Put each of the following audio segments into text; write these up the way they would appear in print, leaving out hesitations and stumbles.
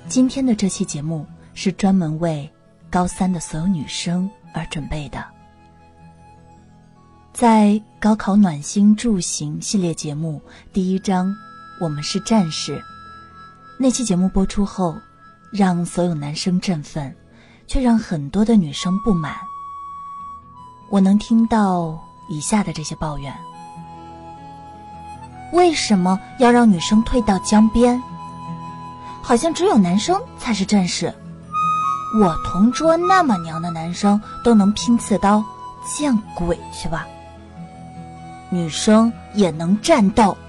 今天的这期节目是专门为高3的所有女生而准备的。在高考暖心助行系列节目第一章我们是战士，那期节目播出后让所有男生振奋，却让很多的女生不满。我能听到以下的这些抱怨：为什么要让女生退到江边？好像只有男生才是战士，我同桌那么娘的男生都能拼刺刀，见鬼去吧！女生也能战斗。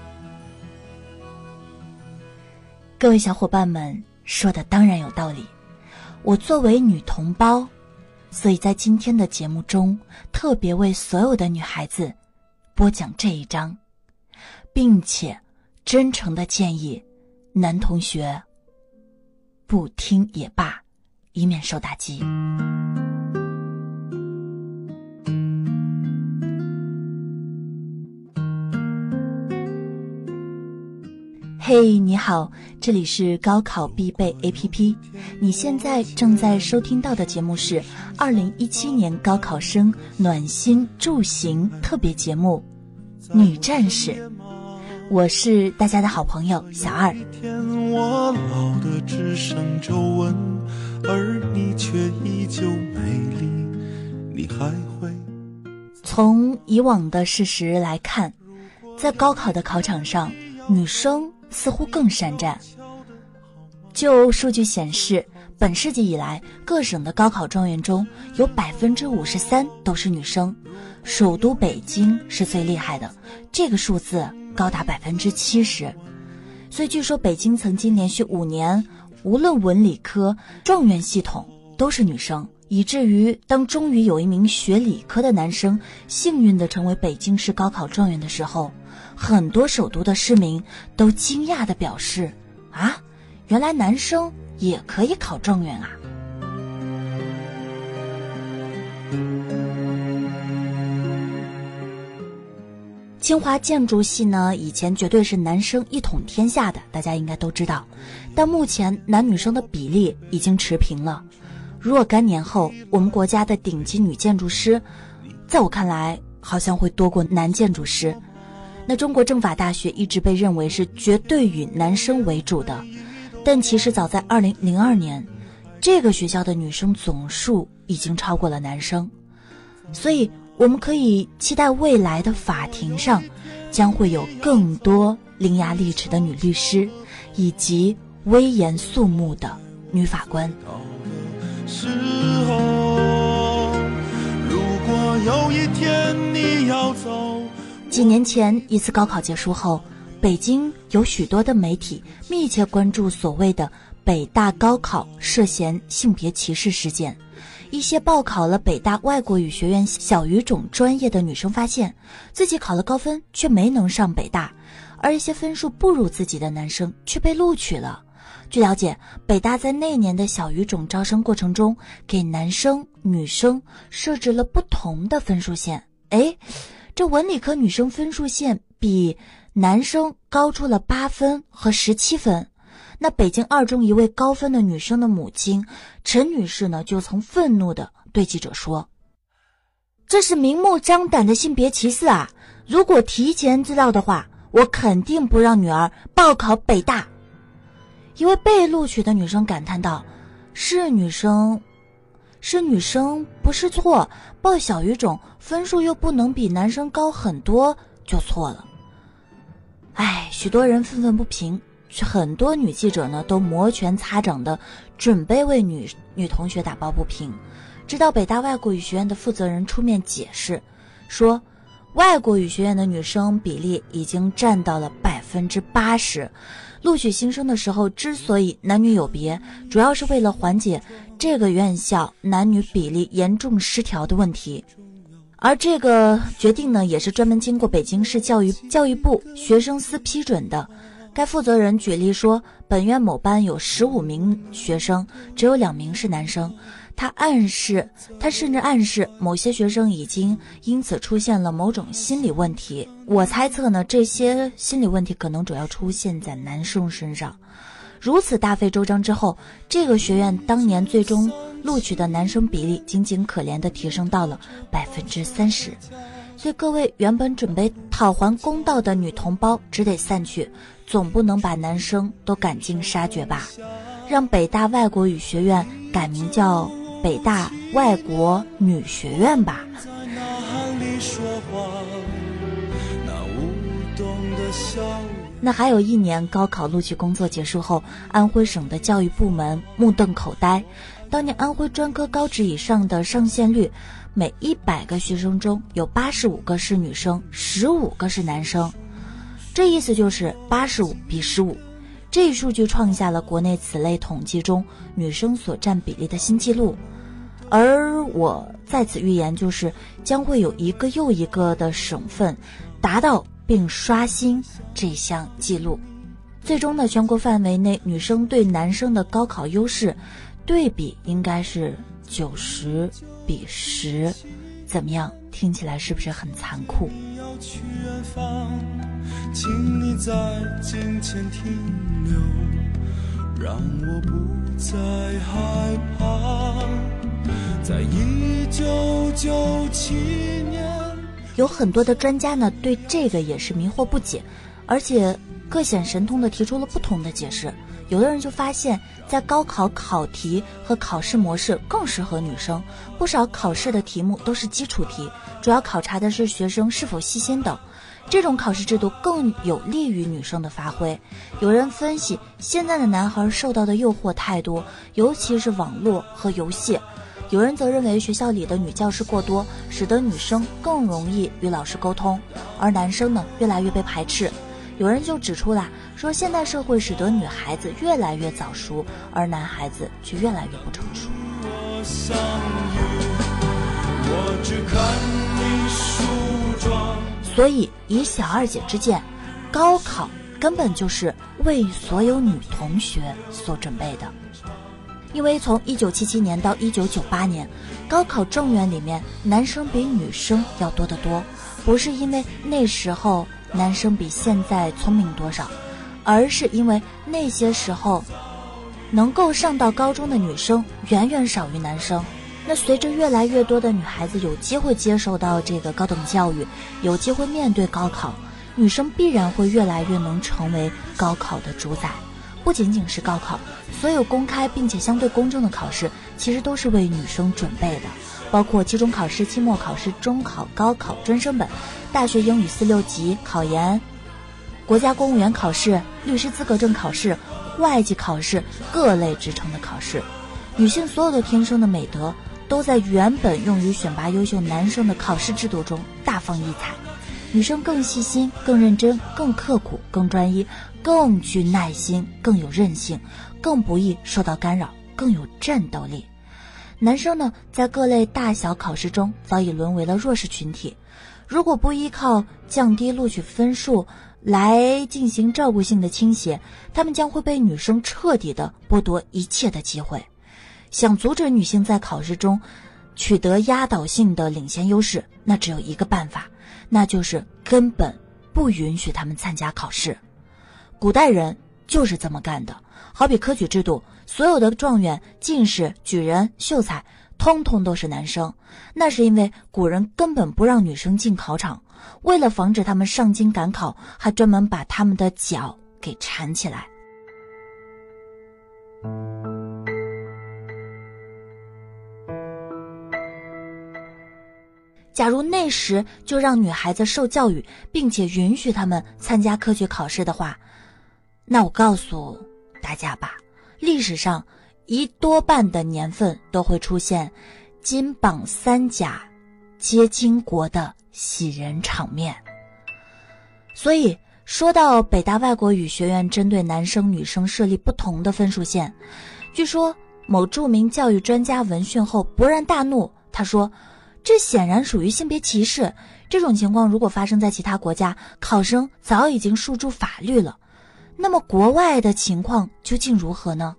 各位小伙伴们说的当然有道理，我作为女同胞，所以在今天的节目中特别为所有的女孩子播讲这一章，并且真诚地建议男同学不听也罢，以免受打击。嘿，你好，这里是高考必备 APP， 你现在正在收听到的节目是2017年高考生暖心助行特别节目女战士，我是大家的好朋友小二。 我老的只剩皱纹，而你却依旧美丽，你还会。 从以往的事实来看，在高考的考场上，女生似乎更善战。就数据显示，本世纪以来各省的高考状元中有 53% 都是女生，首都北京是最厉害的，这个数字高达 70%。 所以据说北京曾经连续5年无论文理科状元系统都是女生，以至于当终于有一名学理科的男生幸运地成为北京市高考状元的时候，很多首都的市民都惊讶地表示，啊，原来男生也可以考状元啊。清华建筑系呢，以前绝对是男生一统天下的，大家应该都知道，但目前男女生的比例已经持平了。若干年后，我们国家的顶级女建筑师，在我看来好像会多过男建筑师。那中国政法大学一直被认为是绝对以男生为主的，但其实早在2002年，这个学校的女生总数已经超过了男生。所以我们可以期待未来的法庭上将会有更多伶牙俐齿的女律师，以及威严肃穆的女法官。 时候，如果有一天你要走。 几年前一次高考结束后，北京有许多的媒体密切关注所谓的北大高考涉嫌性别歧视事件。一些报考了北大外国语学院小语种专业的女生发现自己考了高分却没能上北大，而一些分数不如自己的男生却被录取了。据了解，北大在那年的小语种招生过程中给男生女生设置了不同的分数线。这文理科女生分数线比男生高出了8分和17分。那北京二中一位高分的女生的母亲陈女士呢，就曾愤怒地对记者说，这是明目张胆的性别歧视啊，如果提前知道的话，我肯定不让女儿报考北大。一位被录取的女生感叹道，是女生不是错，报小语种分数又不能比男生高很多就错了。许多人愤愤不平，很多女记者呢都摩拳擦掌的准备为女同学打抱不平，直到北大外国语学院的负责人出面解释，说外国语学院的女生比例已经占到了80%，录取新生的时候之所以男女有别，主要是为了缓解这个院校男女比例严重失调的问题。而这个决定呢，也是专门经过北京市教育部学生司批准的。该负责人举例说，本院某班有15名学生，只有2名是男生。他甚至暗示某些学生已经因此出现了某种心理问题。我猜测呢，这些心理问题可能主要出现在男生身上。 如此大费周章之后，这个学院当年最终录取的男生比例仅仅可怜地提升到了30%。所以各位原本准备讨还公道的女同胞只得散去，总不能把男生都赶尽杀绝吧？让北大外国语学院改名叫北大外国女学院吧。那还有1年，高考录取工作结束后，安徽省的教育部门目瞪口呆。当年安徽专科高职以上的上线率，每100个学生中有85个是女生，15个是男生。这意思就是85比15。这一数据创下了国内此类统计中女生所占比例的新纪录。而我在此预言，就是将会有一个又一个的省份达到并刷新这项记录。最终呢，全国范围内女生对男生的高考优势对比应该是90比10。怎么样？听起来是不是很残酷？请你在镜前停留，让我不再害怕。在1997年，有很多的专家呢对这个也是迷惑不解，而且各显神通地提出了不同的解释。有的人就发现，在高考考题和考试模式更适合女生，不少考试的题目都是基础题，主要考察的是学生是否细心等，这种考试制度更有利于女生的发挥。有人分析，现在的男孩受到的诱惑太多，尤其是网络和游戏。有人则认为学校里的女教师过多，使得女生更容易与老师沟通，而男生呢越来越被排斥。有人就指出啦，说现代社会使得女孩子越来越早熟，而男孩子却越来越不成熟。所以以小二姐之见，高考根本就是为所有女同学所准备的。因为从1977年到1998年，高考状元里面男生比女生要多得多，不是因为那时候男生比现在聪明多少，而是因为那些时候能够上到高中的女生远远少于男生。那随着越来越多的女孩子有机会接受到这个高等教育，有机会面对高考，女生必然会越来越能成为高考的主宰。不仅仅是高考，所有公开并且相对公正的考试其实都是为女生准备的，包括期中考试、期末考试、中考、高考、专升本、大学英语4、6级考研、国家公务员考试、律师资格证考试、会计考试，各类职称的考试。女性所有的天生的美德都在原本用于选拔优秀男生的考试制度中大放异彩。女生更细心、更认真、更刻苦、更专一、更具耐心、更有韧性、更不易受到干扰、更有战斗力。男生呢，在各类大小考试中早已沦为了弱势群体。如果不依靠降低录取分数来进行照顾性的倾斜，他们将会被女生彻底的剥夺一切的机会。想阻止女性在考试中取得压倒性的领先优势，那只有一个办法，那就是根本不允许他们参加考试。古代人就是这么干的，好比科举制度，所有的状元、进士、举人、秀才通通都是男生，那是因为古人根本不让女生进考场，为了防止他们上京赶考，还专门把他们的脚给缠起来。假如那时就让女孩子受教育，并且允许她们参加科举考试的话，那我告诉大家吧，历史上一多半的年份都会出现金榜3甲皆倾国的喜人场面。所以说到北大外国语学院针对男生女生设立不同的分数线，据说某著名教育专家闻讯后勃然大怒，他说这显然属于性别歧视，这种情况如果发生在其他国家，考生早已经诉诸法律了。那么国外的情况究竟如何呢？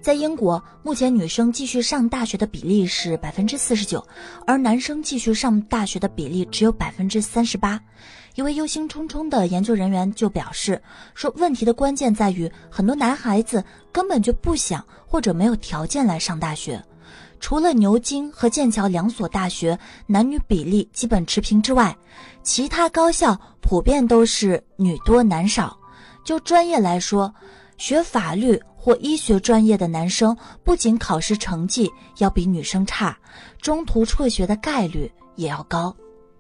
在英国，目前女生继续上大学的比例是 49%， 而男生继续上大学的比例只有 38%。一位忧心忡忡的研究人员就表示说，问题的关键在于很多男孩子根本就不想或者没有条件来上大学。除了牛津和剑桥2所大学男女比例基本持平之外，其他高校普遍都是女多男少。就专业来说，学法律或医学专业的男生不仅考试成绩要比女生差，中途辍学的概率也要高。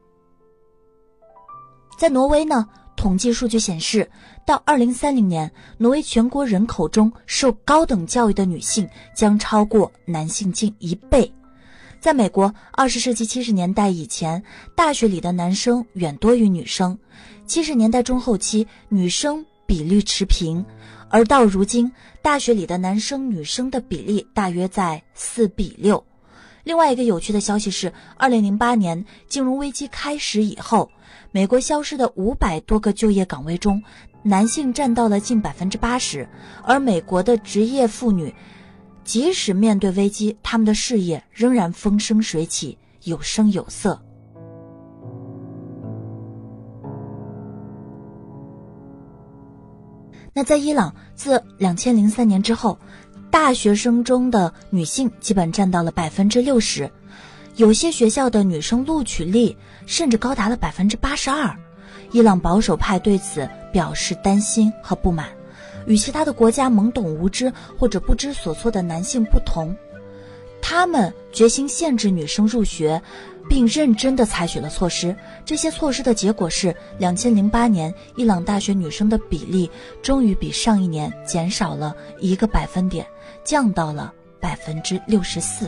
在挪威呢，统计数据显示，到2030年，挪威全国人口中受高等教育的女性将超过男性近1倍。在美国，20世纪70年代以前，大学里的男生远多于女生。70年代中后期，女生比率持平，而到如今，大学里的男生女生的比例大约在4比6。另外一个有趣的消息是，2008年金融危机开始以后，美国消失的500多个就业岗位中，男性占到了近 80%， 而美国的职业妇女即使面对危机，他们的事业仍然风生水起，有声有色。那在伊朗，自2003年之后，大学生中的女性基本占到了 60%， 有些学校的女生录取率甚至高达了 82%。 伊朗保守派对此表示担心和不满。与其他的国家懵懂无知或者不知所措的男性不同，他们决心限制女生入学，并认真地采取了措施。这些措施的结果是2008年伊朗大学女生的比例终于比上一年减少了1个百分点，降到了 64%。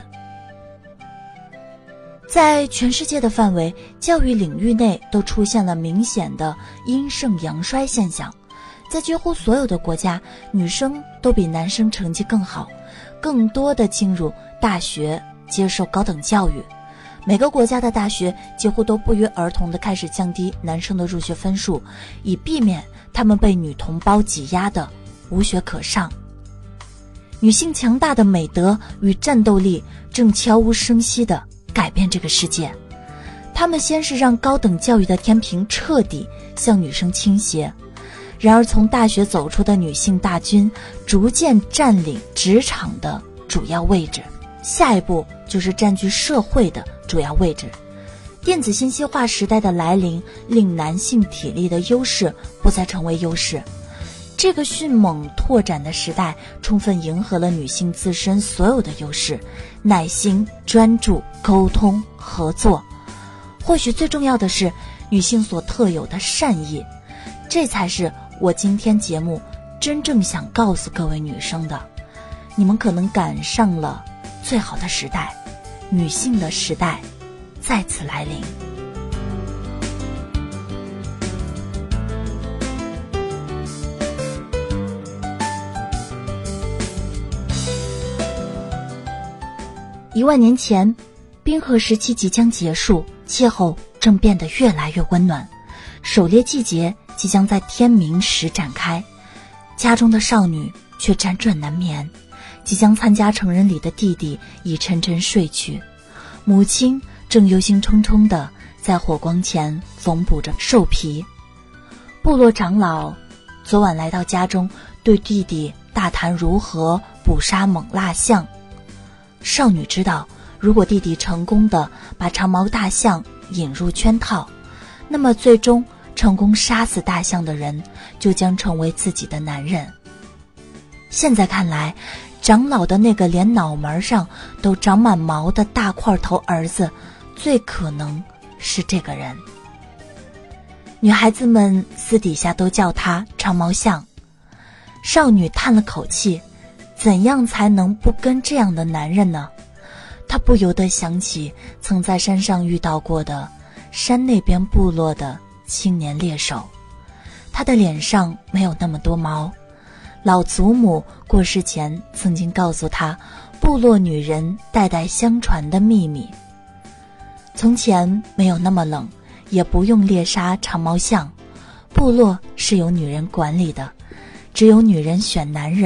在全世界的范围，教育领域内都出现了明显的阴盛阳衰现象。在几乎所有的国家，女生都比男生成绩更好，更多的进入大学接受高等教育。每个国家的大学几乎都不约而同地开始降低男生的入学分数，以避免他们被女同胞挤压的无学可上。女性强大的美德与战斗力正悄无声息地改变这个世界。他们先是让高等教育的天平彻底向女生倾斜，然而从大学走出的女性大军逐渐占领职场的主要位置，下一步就是占据社会的主要位置。电子信息化时代的来临，令男性体力的优势不再成为优势。这个迅猛拓展的时代充分迎合了女性自身所有的优势：耐心、专注、沟通、合作。或许最重要的是女性所特有的善意，这才是我今天节目真正想告诉各位女生的。你们可能赶上了最好的时代，女性的时代再次来临。1万年前，冰河时期即将结束，气候正变得越来越温暖，狩猎季节即将在天明时展开，家中的少女却辗转难眠，即将参加成人礼的弟弟已沉沉睡去，母亲正忧心忡忡地在火光前缝补着兽皮。部落长老昨晚来到家中，对弟弟大谈如何捕杀猛蜡象。少女知道，如果弟弟成功地把长毛大象引入圈套，那么最终成功杀死大象的人就将成为自己的男人。现在看来，长老的那个连脑门上都长满毛的大块头儿子最可能是这个人。女孩子们私底下都叫他长毛象。少女叹了口气，怎样才能不跟这样的男人呢？她不由得想起曾在山上遇到过的山那边部落的青年猎手，他的脸上没有那么多毛。老祖母过世前曾经告诉他部落女人代代相传的秘密。从前没有那么冷，也不用猎杀长毛象，部落是由女人管理的，只有女人选男人，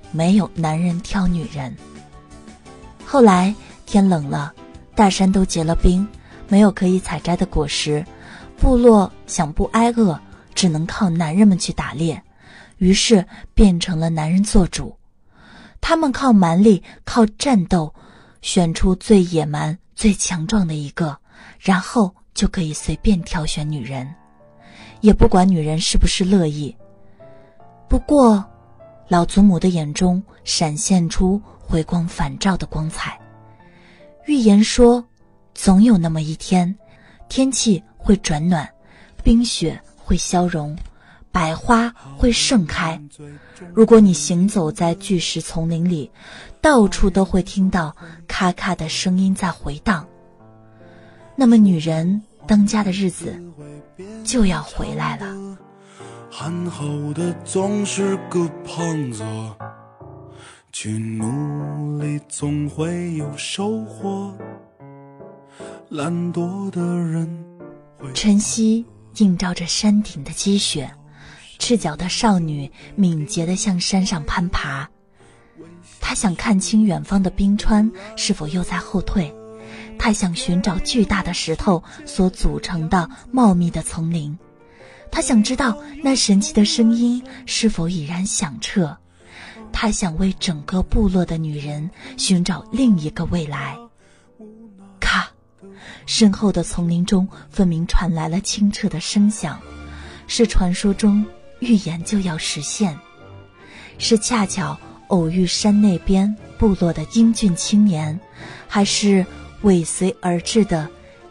没有男人挑女人。后来天冷了，大山都结了冰，没有可以采摘的果实，部落想不挨饿，只能靠男人们去打猎，于是变成了男人做主。他们靠蛮力，靠战斗，选出最野蛮、最强壮的一个，然后就可以随便挑选女人，也不管女人是不是乐意。不过老祖母的眼中闪现出回光返照的光彩，预言说总有那么一天，天气会转暖，冰雪会消融，百花会盛开。如果你行走在巨石丛林里，到处都会听到咔咔的声音在回荡，那么女人当家的日子就要回来了。 憨厚的总是个胖子，去努力总会有收获，懒惰的人晨曦映照着山顶的积雪，赤脚的少女敏捷地向山上攀爬，她想看清远方的冰川是否又在后退，她想寻找巨大的石头所组成的茂密的丛林，她想知道那神奇的声音是否已然响彻，她想为整个部落的女人寻找另一个未来。咔，身后的丛林中分明传来了清澈的声响，是传说中预言就要实现，是恰巧偶遇山那边部落的英俊青年，还是尾随而至的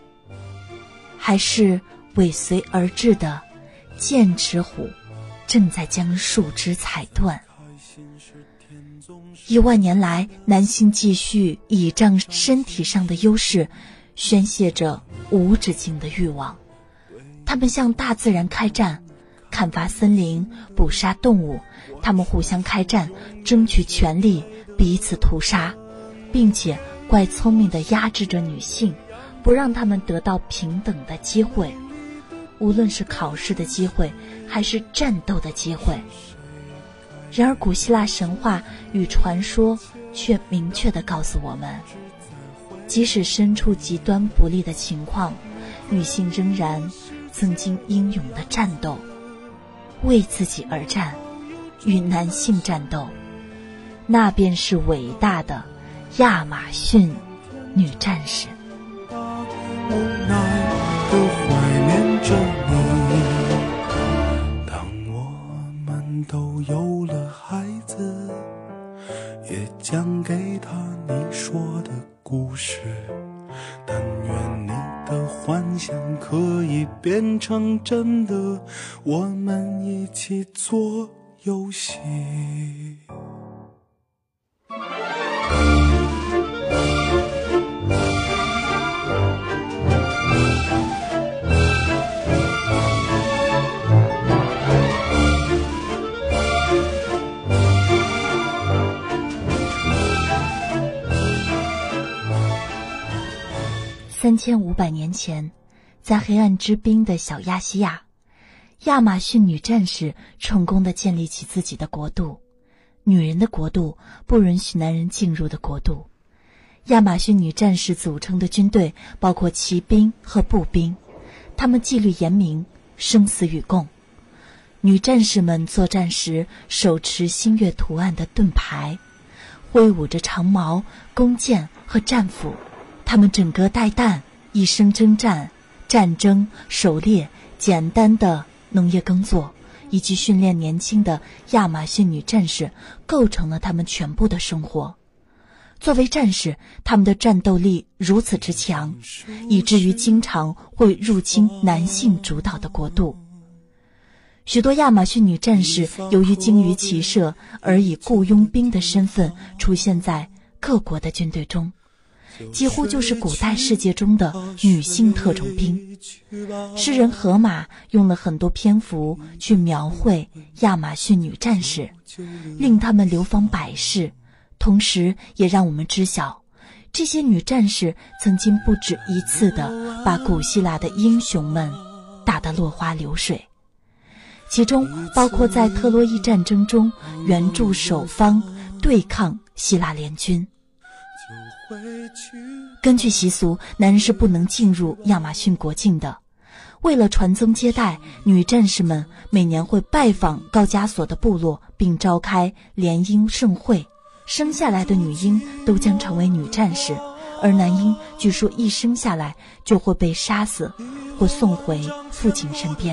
剑齿虎正在将树枝踩断。10000年来，男性继续倚仗身体上的优势，宣泄着无止境的欲望。他们向大自然开战，砍伐森林，捕杀动物，他们互相开战，争取权力，彼此屠杀，并且怪聪明地压制着女性，不让他们得到平等的机会，无论是考试的机会，还是战斗的机会。然而古希腊神话与传说却明确地告诉我们，即使身处极端不利的情况，女性仍然曾经英勇地战斗，为自己而战，与男性战斗，那便是伟大的亚马逊女战士。 无奈的怀念着你，当我们都有了孩子，也讲给他你说的故事，但愿你的幻想可以变成真的，我们一起做游戏。 3500年前，在黑暗之滨的小亚细亚，亚马逊女战士成功地建立起自己的国度，女人的国度，不允许男人进入的国度。亚马逊女战士组成的军队包括骑兵和步兵，他们纪律严明，生死与共。女战士们作战时手持星月图案的盾牌，挥舞着长矛、弓箭和战斧，他们整个带弹，一生征战、战争、狩猎、简单的农业耕作，以及训练年轻的亚马逊女战士，构成了他们全部的生活。作为战士，他们的战斗力如此之强，以至于经常会入侵男性主导的国度。许多亚马逊女战士由于精于骑射，而以雇佣兵的身份出现在各国的军队中，几乎就是古代世界中的女性特种兵。诗人荷马用了很多篇幅去描绘亚马逊女战士，令她们流芳百世，同时也让我们知晓，这些女战士曾经不止一次地把古希腊的英雄们打得落花流水，其中包括在特洛伊战争中援助守方对抗希腊联军。根据习俗，男人是不能进入亚马逊国境的。为了传宗接代，女战士们每年会拜访高加索的部落，并召开联姻盛会。生下来的女婴都将成为女战士，而男婴据说一生下来就会被杀死或送回父亲身边。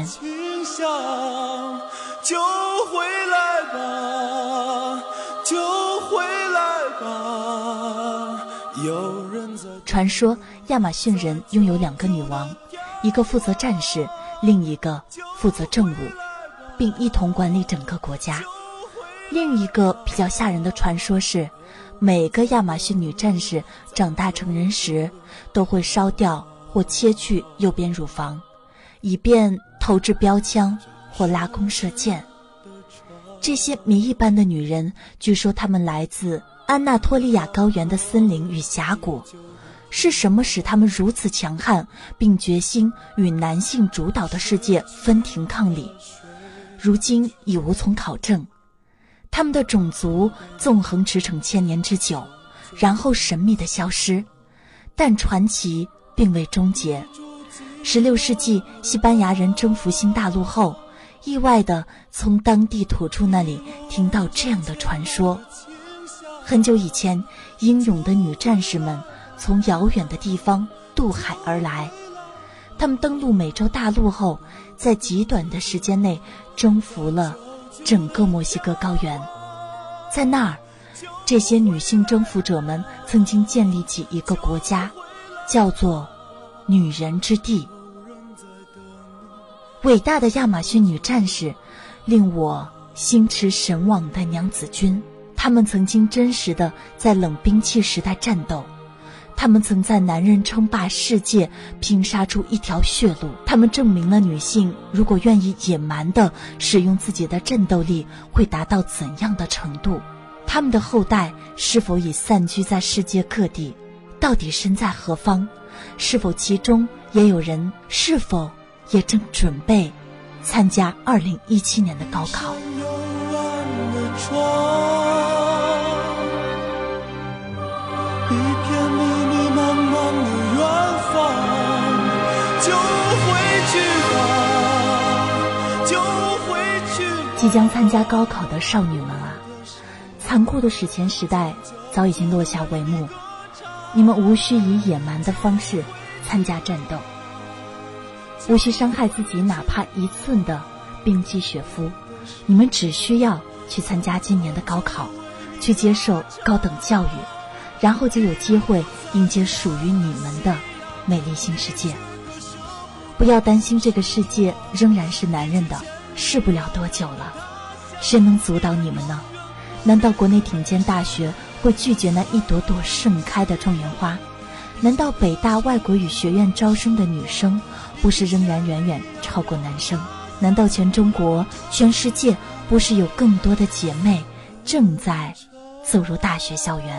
就回来吧，就回来吧，有人在。 传说亚马逊人拥有2个女王，一个负责战事，另一个负责政务，并一同管理整个国家。另一个比较吓人的传说是，每个亚马逊女战士长大成人时都会烧掉或切去右边乳房，以便投掷标枪或拉弓射箭。这些谜一般的女人，据说她们来自安纳托利亚高原的森林与峡谷。是什么使她们如此强悍，并决心与男性主导的世界分庭抗礼？如今已无从考证。他们的种族纵横驰骋1000年之久，然后神秘地消失，但传奇并未终结。16世纪西班牙人征服新大陆后，意外地从当地土著那里听到这样的传说。很久以前，英勇的女战士们从遥远的地方渡海而来，他们登陆美洲大陆后，在极短的时间内征服了整个墨西哥高原。在那儿，这些女性征服者们曾经建立起一个国家，叫做女人之地。伟大的亚马逊女战士令我心驰神往的娘子军，她们曾经真实的在冷兵器时代战斗，他们曾在男人称霸世界拼杀出一条血路。他们证明了女性如果愿意野蛮地使用自己的战斗力会达到怎样的程度。他们的后代是否已散居在世界各地，到底身在何方，是否其中也有人是否也正准备参加2017年的高考。 一片密密麻麻的远方，就回去吧，就回去吧。 即将参加高考的少女们啊，残酷的史前时代早已经落下帷幕，你们无需以野蛮的方式参加战斗，无需伤害自己哪怕1寸的兵器血肤，你们只需要去参加今年的高考，去接受高等教育，然后就有机会迎接属于你们的美丽新世界。不要担心这个世界仍然是男人的，试不了多久了，谁能阻挡你们呢？难道国内顶尖大学会拒绝那一朵朵盛开的状元花？难道北大外国语学院招生的女生不是仍然远远超过男生？难道全中国全世界不是有更多的姐妹正在走入大学校园？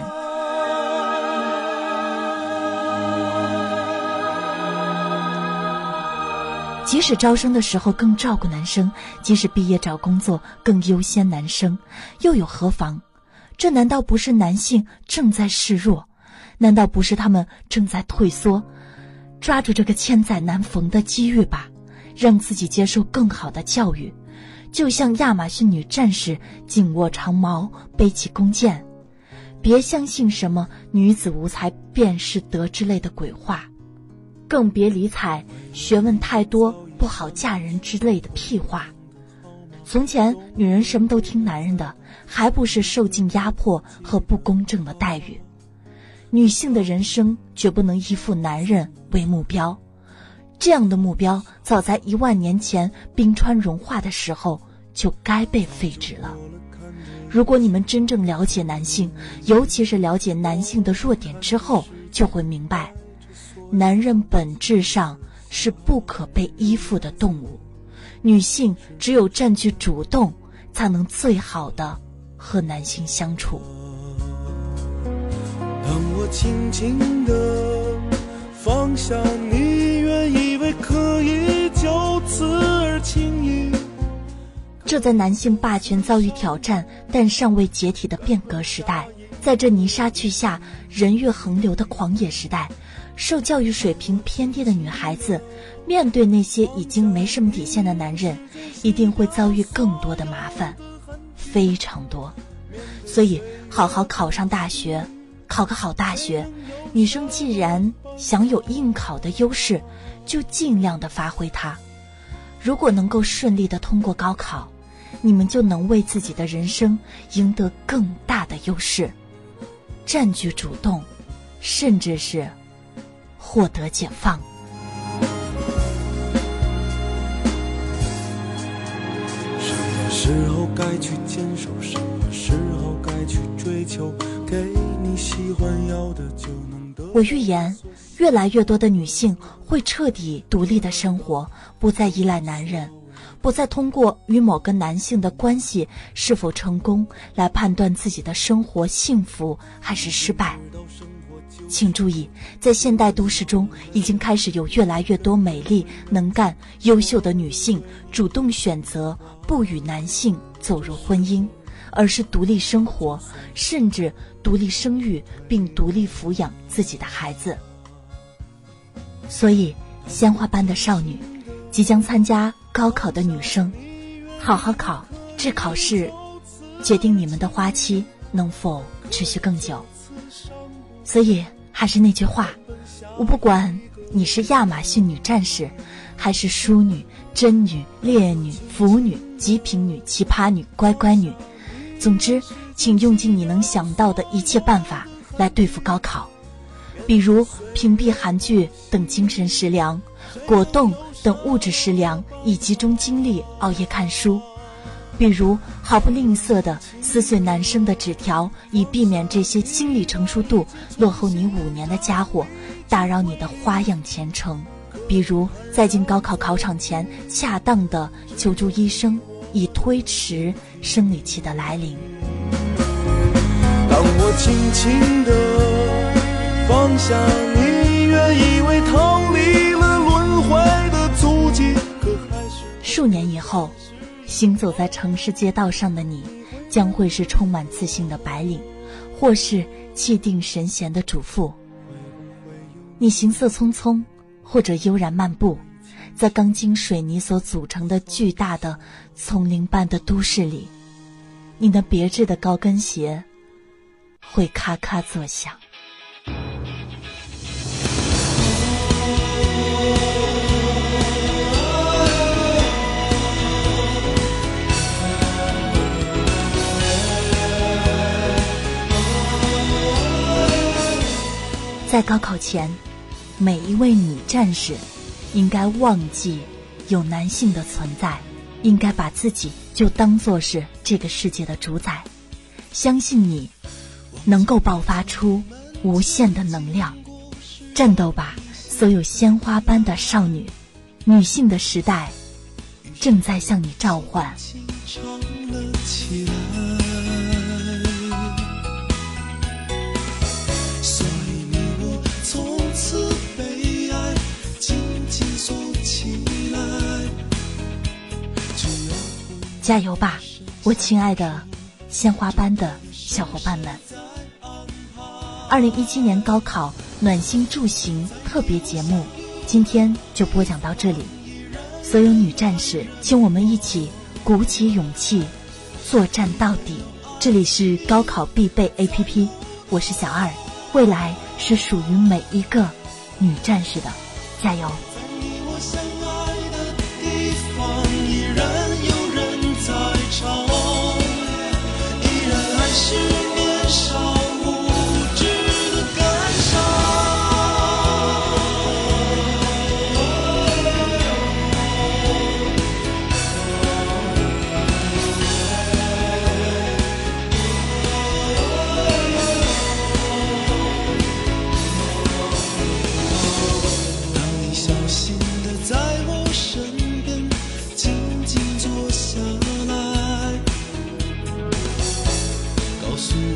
即使招生的时候更照顾男生，即使毕业找工作更优先男生，又有何妨？这难道不是男性正在示弱？难道不是他们正在退缩？抓住这个千载难逢的机遇吧，让自己接受更好的教育，就像亚马逊女战士紧握长矛，背起弓箭。别相信什么女子无才便是德之类的鬼话，更别理睬学问太多不好嫁人之类的屁话。从前女人什么都听男人的，还不是受尽压迫和不公正的待遇？女性的人生绝不能依附男人为目标，这样的目标早在10000年前冰川融化的时候就该被废止了。如果你们真正了解男性，尤其是了解男性的弱点之后，就会明白，男人本质上是不可被依附的动物，女性只有占据主动，才能最好的和男性相处。 当我轻轻地放下你，原以为可以就此而轻易。 这在男性霸权遭遇挑战但尚未解体的变革时代，在这泥沙俱下人欲横流的狂野时代，受教育水平偏低的女孩子面对那些已经没什么底线的男人，一定会遭遇更多的麻烦，非常多。所以好好考上大学，考个好大学，女生既然享有应考的优势，就尽量的发挥它。如果能够顺利的通过高考，你们就能为自己的人生赢得更大的优势，占据主动，甚至是获得解放。 什么时候该去坚守，什么时候该去追求，给你喜欢要的就能得。 我预言越来越多的女性会彻底独立的生活，不再依赖男人，不再通过与某个男性的关系是否成功来判断自己的生活幸福还是失败。请注意，在现代都市中，已经开始有越来越多美丽、能干、优秀的女性主动选择不与男性走入婚姻，而是独立生活，甚至独立生育并独立抚养自己的孩子。所以，鲜花般的少女，即将参加高考的女生，好好考，这考试决定你们的花期能否持续更久。所以还是那句话，我不管你是亚马逊女战士，还是淑女、贞女、烈女、腐女、极品女、奇葩女、乖乖女，总之请用尽你能想到的一切办法来对付高考，比如屏蔽韩剧等精神食粮，果冻等物质食粮，以集中精力熬夜看书，比如毫不吝啬地撕碎男生的纸条，以避免这些心理成熟度落后你5年的家伙打扰你的花样前程，比如在进高考考场前恰当地求助医生，以推迟生理期的来临。 当我轻轻地放下你，原以为逃离了轮回的足迹，可还是数年以后，行走在城市街道上的你，将会是充满自信的白领，或是气定神闲的主妇。你行色匆匆，或者悠然漫步，在钢筋水泥所组成的巨大的丛林般的都市里，你那别致的高跟鞋会咔咔作响。在高考前，每一位女战士应该忘记有男性的存在，应该把自己就当作是这个世界的主宰，相信你能够爆发出无限的能量。战斗吧，所有鲜花般的少女，女性的时代正在向你召唤。加油吧，我亲爱的鲜花般的小伙伴们！2017年高考暖心助行特别节目，今天就播讲到这里。所有女战士，请我们一起鼓起勇气，作战到底。这里是高考必备 APP， 我是小二，未来是属于每一个女战士的，加油！ 依然还是年少无知的感伤。当你小心地在我身边静静坐下来，告诉